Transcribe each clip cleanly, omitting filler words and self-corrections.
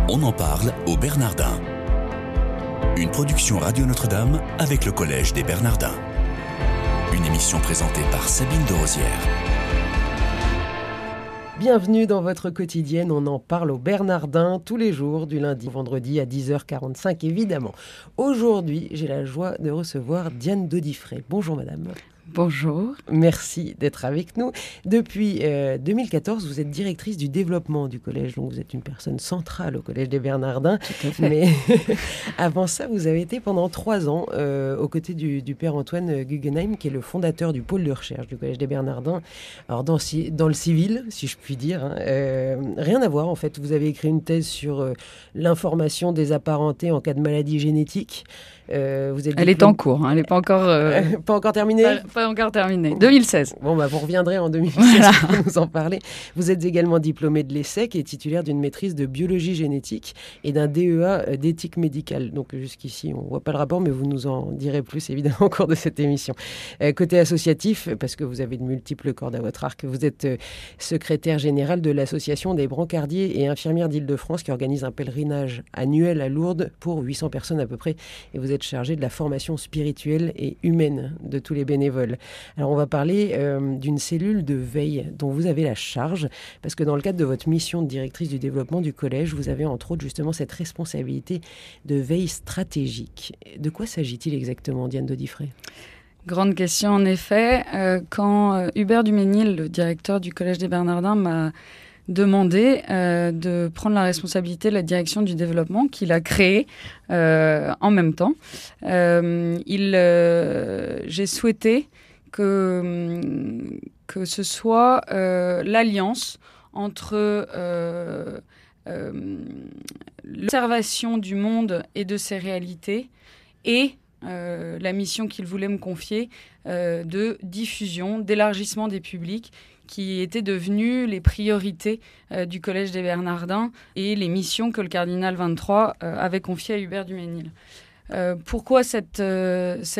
On en parle aux Bernardins. Une production Radio Notre-Dame avec le Collège des Bernardins. Une émission présentée par Sabine de Rosière. Bienvenue dans votre quotidienne, on en parle aux Bernardins tous les jours, du lundi au vendredi à 10h45 évidemment. Aujourd'hui, j'ai la joie de recevoir Diane Dodifré. Bonjour madame. Bonjour. Merci d'être avec nous. Depuis 2014, vous êtes directrice du développement du collège, donc vous êtes une personne centrale au Collège des Bernardins. Tout à fait. Mais avant ça, vous avez été pendant 3 ans aux côtés du père Antoine Guggenheim, qui est le fondateur du pôle de recherche du Collège des Bernardins. Alors dans le civil, si je puis dire, rien à voir en fait. Vous avez écrit une thèse sur l'information des apparentés en cas de maladie génétique. Elle est en cours, elle n'est pas encore... Pas encore terminée. Pas encore terminée. 2016. Bon, vous reviendrez en 2016 Voilà. pour nous en parler. Vous êtes également diplômé de l'ESSEC et titulaire d'une maîtrise de biologie génétique et d'un DEA d'éthique médicale. Donc jusqu'ici, on ne voit pas le rapport, mais vous nous en direz plus évidemment au cours de cette émission. Côté associatif, parce que vous avez de multiples cordes à votre arc, vous êtes secrétaire général de l'association des brancardiers et infirmières d'Île-de-France qui organise un pèlerinage annuel à Lourdes pour 800 personnes à peu près. Et vous êtes chargé de la formation spirituelle et humaine de tous les bénévoles. Alors on va parler d'une cellule de veille dont vous avez la charge, parce que dans le cadre de votre mission de directrice du développement du collège, vous avez entre autres justement cette responsabilité de veille stratégique. De quoi s'agit-il exactement, Diane Dodifré ? Grande question en effet. Quand Hubert Duménil, le directeur du Collège des Bernardins, m'a demandé de prendre la responsabilité de la direction du développement qu'il a créé en même temps. J'ai souhaité que ce soit l'alliance entre l'observation du monde et de ses réalités et la mission qu'il voulait me confier de diffusion, d'élargissement des publics qui étaient devenues les priorités du Collège des Bernardins et les missions que le cardinal 23 avait confiées à Hubert Duménil. Pourquoi cette alliance ?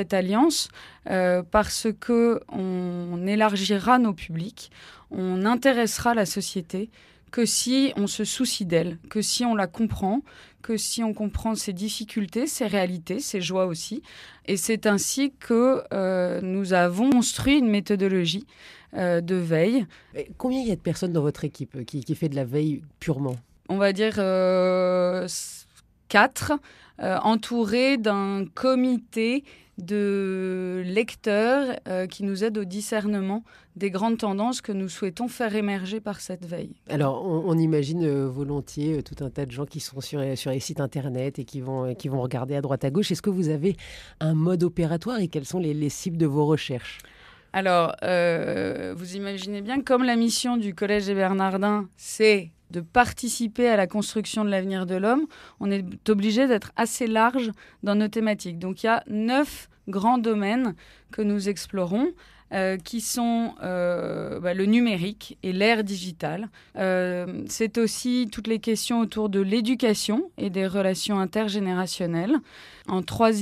Parce qu'on élargira nos publics, on intéressera la société que si on se soucie d'elle, que si on la comprend, que si on comprend ses difficultés, ses réalités, ses joies aussi. Et c'est ainsi que nous avons construit une méthodologie de veille. Et combien il y a de personnes dans votre équipe qui fait de la veille purement ? On va dire 4, entourés d'un comité de lecteurs qui nous aident au discernement des grandes tendances que nous souhaitons faire émerger par cette veille. Alors, on imagine volontiers tout un tas de gens qui sont sur les sites internet et qui vont regarder à droite à gauche. Est-ce que vous avez un mode opératoire et quelles sont les cibles de vos recherches ? Alors, vous imaginez bien, comme la mission du Collège des Bernardins, c'est de participer à la construction de l'avenir de l'homme, on est obligé d'être assez large dans nos thématiques. Donc, il y a 9 grands domaines que nous explorons, qui sont le numérique et l'ère digitale. C'est aussi toutes les questions autour de l'éducation et des relations intergénérationnelles. En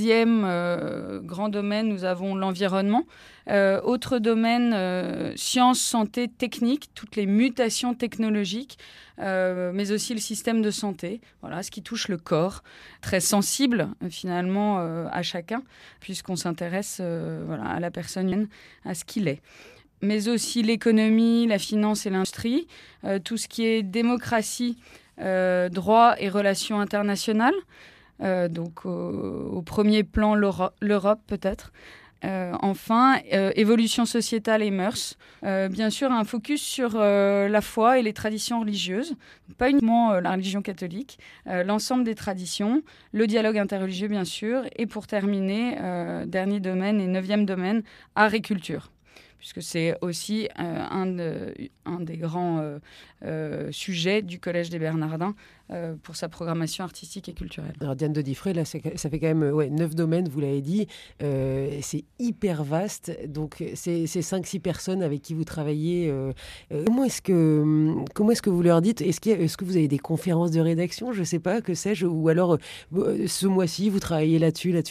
3e grand domaine, nous avons l'environnement. Autre domaine, sciences, santé, technique, toutes les mutations technologiques, mais aussi le système de santé, voilà, ce qui touche le corps, très sensible finalement à chacun, puisqu'on s'intéresse à la personne humaine, à ce qu'il est. Mais aussi l'économie, la finance et l'industrie, tout ce qui est démocratie, droit et relations internationales, donc au premier plan l'Europe peut-être. Enfin, évolution sociétale et mœurs. Bien sûr, un focus sur la foi et les traditions religieuses. Pas uniquement la religion catholique, l'ensemble des traditions, le dialogue interreligieux, bien sûr. Et pour terminer, dernier domaine et 9e domaine, art et culture. Puisque c'est aussi un des grands sujets du Collège des Bernardins pour sa programmation artistique et culturelle. Alors Diane Dodifré, là, ça fait quand même 9 domaines, vous l'avez dit. C'est hyper vaste. Donc, ces 5-6 personnes avec qui vous travaillez, comment est-ce que vous leur dites ? Est-ce que vous avez des conférences de rédaction ? Je ne sais pas, que sais-je ? Ou alors, ce mois-ci, vous travaillez là-dessus ?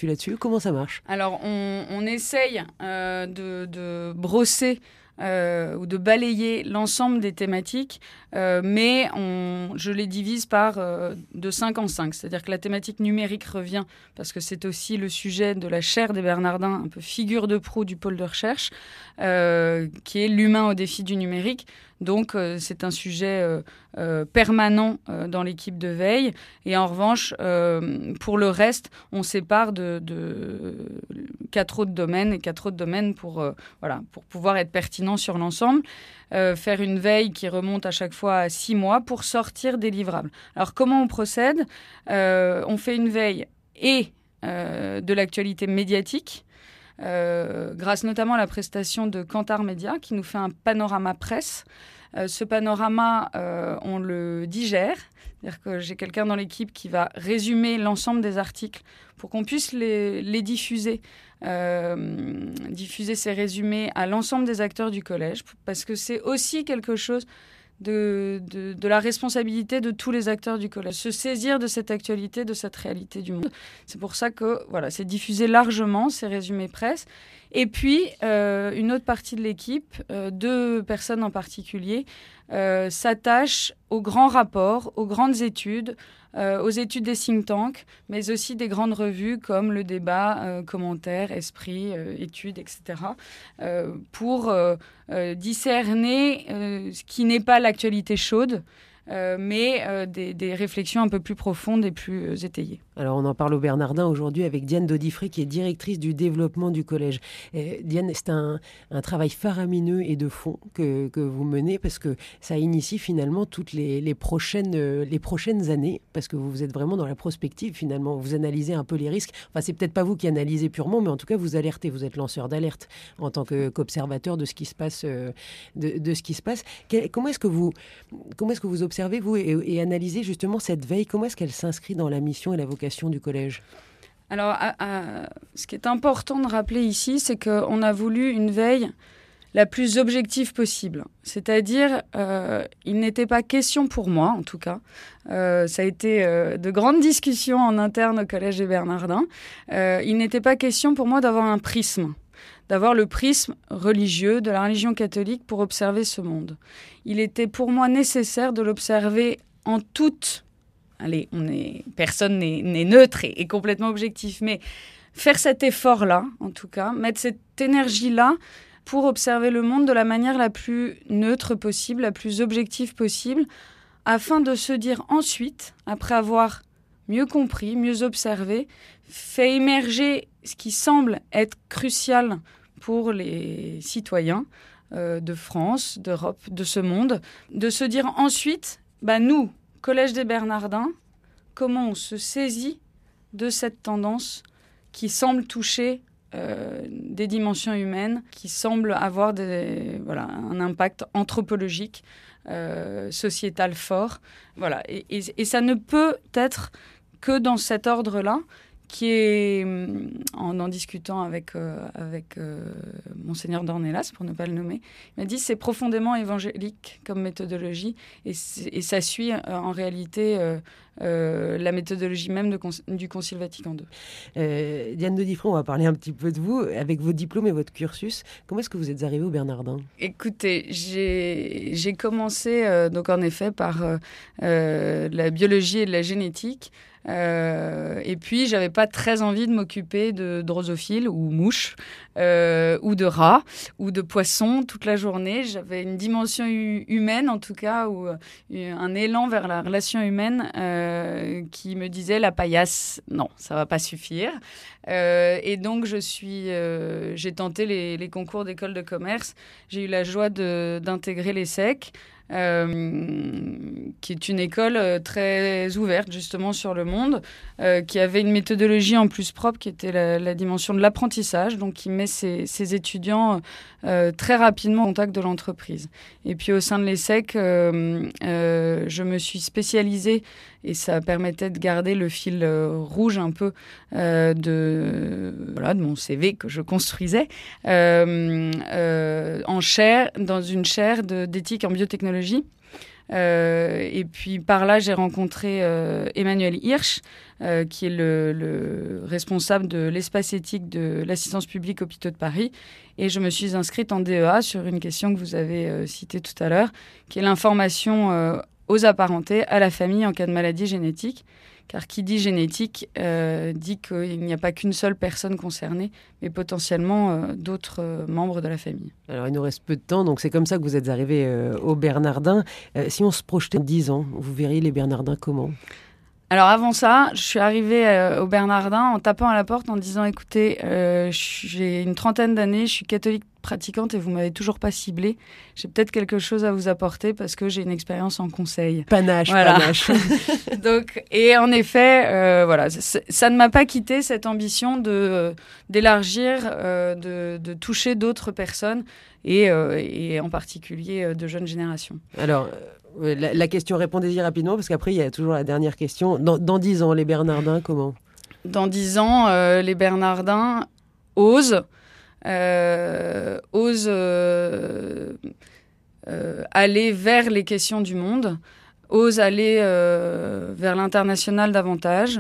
Comment ça marche ? Alors, on essaye de brosser ou de balayer l'ensemble des thématiques, mais je les divise par de 5 en 5. C'est-à-dire que la thématique numérique revient parce que c'est aussi le sujet de la chaire des Bernardins, un peu figure de proue du pôle de recherche, qui est l'humain au défi du numérique. Donc, c'est un sujet permanent dans l'équipe de veille. Et en revanche, pour le reste, on sépare de 4 autres domaines, et 4 autres domaines pour pouvoir être pertinent sur l'ensemble. Faire une veille qui remonte à chaque fois à 6 mois pour sortir des livrables. Alors, comment on procède ? On fait une veille et de l'actualité médiatique, grâce notamment à la prestation de Kantar Media, qui nous fait un panorama presse. Ce panorama, on le digère. C'est-à-dire que j'ai quelqu'un dans l'équipe qui va résumer l'ensemble des articles pour qu'on puisse les diffuser. Diffuser ces résumés à l'ensemble des acteurs du collège, parce que c'est aussi quelque chose de la responsabilité de tous les acteurs du collège, se saisir de cette actualité, de cette réalité du monde. C'est pour ça que c'est diffusé largement, ces résumés presse. Et puis, une autre partie de l'équipe, 2 personnes en particulier, s'attachent aux grands rapports, aux grandes études, aux études des think tanks, mais aussi des grandes revues comme Le Débat, Commentaires, Esprit, Études, etc., pour discerner ce qui n'est pas l'actualité chaude, mais des réflexions un peu plus profondes et plus étayées. Alors, on en parle au Bernardin aujourd'hui avec Diane Dodifré, qui est directrice du développement du collège. Diane, c'est un travail faramineux et de fond que vous menez, parce que ça initie finalement toutes les prochaines années, parce que vous êtes vraiment dans la prospective finalement. Vous analysez un peu les risques. Enfin, c'est peut-être pas vous qui analysez purement, mais en tout cas, vous alertez. Vous êtes lanceur d'alerte en tant qu'observateur de ce qui se passe. De ce qui se passe. Comment est-ce que vous observez, vous, et analysez justement cette veille? Comment est-ce qu'elle s'inscrit dans la mission et la vocation du collège? Alors, ce qui est important de rappeler ici, c'est qu'on a voulu une veille la plus objective possible. C'est-à-dire, il n'était pas question pour moi, en tout cas, ça a été de grandes discussions en interne au Collège des Bernardins, il n'était pas question pour moi d'avoir un prisme, d'avoir le prisme religieux de la religion catholique pour observer ce monde. Il était pour moi nécessaire de l'observer en toute... personne n'est neutre et complètement objectif, mais faire cet effort-là, en tout cas, mettre cette énergie-là pour observer le monde de la manière la plus neutre possible, la plus objective possible, afin de se dire ensuite, après avoir mieux compris, mieux observé, fait émerger ce qui semble être crucial pour les citoyens de France, d'Europe, de ce monde, de se dire ensuite, nous, Collège des Bernardins, comment on se saisit de cette tendance qui semble toucher des dimensions humaines, qui semble avoir un impact anthropologique, sociétal fort. Voilà. Et ça ne peut être que dans cet ordre-là, qui est, en discutant avec Monseigneur Dornelas, pour ne pas le nommer, il m'a dit c'est profondément évangélique comme méthodologie et ça suit en réalité la méthodologie même du Concile Vatican II. Diane Dodifré, on va parler un petit peu de vous. Avec vos diplômes et votre cursus, comment est-ce que vous êtes arrivée au Bernardin? Écoutez, j'ai commencé donc en effet par la biologie et de la génétique. Et puis, j'avais pas très envie de m'occuper de drosophiles ou mouches ou de rats ou de poissons toute la journée. J'avais une dimension humaine, en tout cas, ou un élan vers la relation humaine qui me disait la paillasse, non, ça va pas suffire. Et donc, j'ai tenté les concours d'école de commerce. J'ai eu la joie d'intégrer l'ESSEC. Qui est une école très ouverte justement sur le monde, qui avait une méthodologie en plus propre qui était la dimension de l'apprentissage, donc qui met ses étudiants très rapidement en contact de l'entreprise. Et puis au sein de l'ESSEC, je me suis spécialisée et ça permettait de garder le fil rouge un peu de mon CV que je construisais dans une chaire d'éthique en biotechnologie Et puis par là, j'ai rencontré Emmanuel Hirsch, qui est le responsable de l'espace éthique de l'assistance publique Hôpitaux de Paris. Et je me suis inscrite en DEA sur une question que vous avez citée tout à l'heure, qui est l'information aux apparentés, à la famille en cas de maladie génétique. Car qui dit génétique dit qu'il n'y a pas qu'une seule personne concernée, mais potentiellement d'autres membres de la famille. Alors, il nous reste peu de temps, donc c'est comme ça que vous êtes arrivé au Bernardin. Si on se projetait 10 ans, vous verriez les Bernardins comment ? Alors avant ça, je suis arrivée au Bernardin en tapant à la porte en disant « Écoutez, j'ai une 30aine d'années, je suis catholique pratiquante et vous m'avez toujours pas ciblée. J'ai peut-être quelque chose à vous apporter parce que j'ai une expérience en conseil. » Panache, voilà. Panache. Donc, et en effet, voilà, ça ne m'a pas quitté cette ambition d'élargir, de toucher d'autres personnes et en particulier de jeunes générations. Alors, la question, répondez-y rapidement parce qu'après, il y a toujours la dernière question. Dans 10 ans, les Bernardins, comment ? Dans 10 ans, les Bernardins osent aller vers les questions du monde, osent aller vers l'international davantage,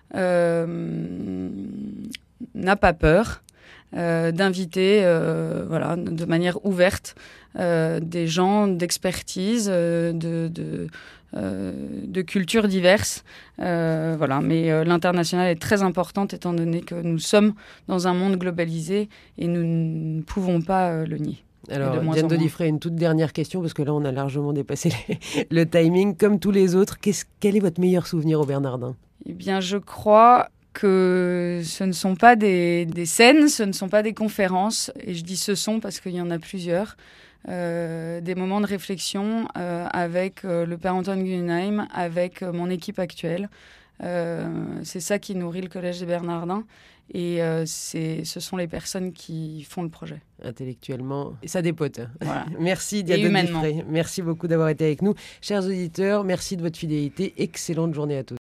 n'a pas peur d'inviter voilà, de manière ouverte des gens d'expertise, de cultures diverses. Voilà. Mais l'international est très importante étant donné que nous sommes dans un monde globalisé et nous ne pouvons pas le nier. Alors, Diane Dodifré, une toute dernière question, parce que là, on a largement dépassé le timing. Comme tous les autres, quel est votre meilleur souvenir au Bernardin ? Eh bien, je crois que ce ne sont pas des scènes, ce ne sont pas des conférences, et je dis ce sont parce qu'il y en a plusieurs, des moments de réflexion avec le père Antoine Guggenheim, avec mon équipe actuelle. C'est ça qui nourrit le Collège des Bernardins. Et ce sont les personnes qui font le projet. Intellectuellement, ça dépote. Voilà. Merci Diane Dodifré. Merci beaucoup d'avoir été avec nous. Chers auditeurs, merci de votre fidélité. Excellente journée à tous.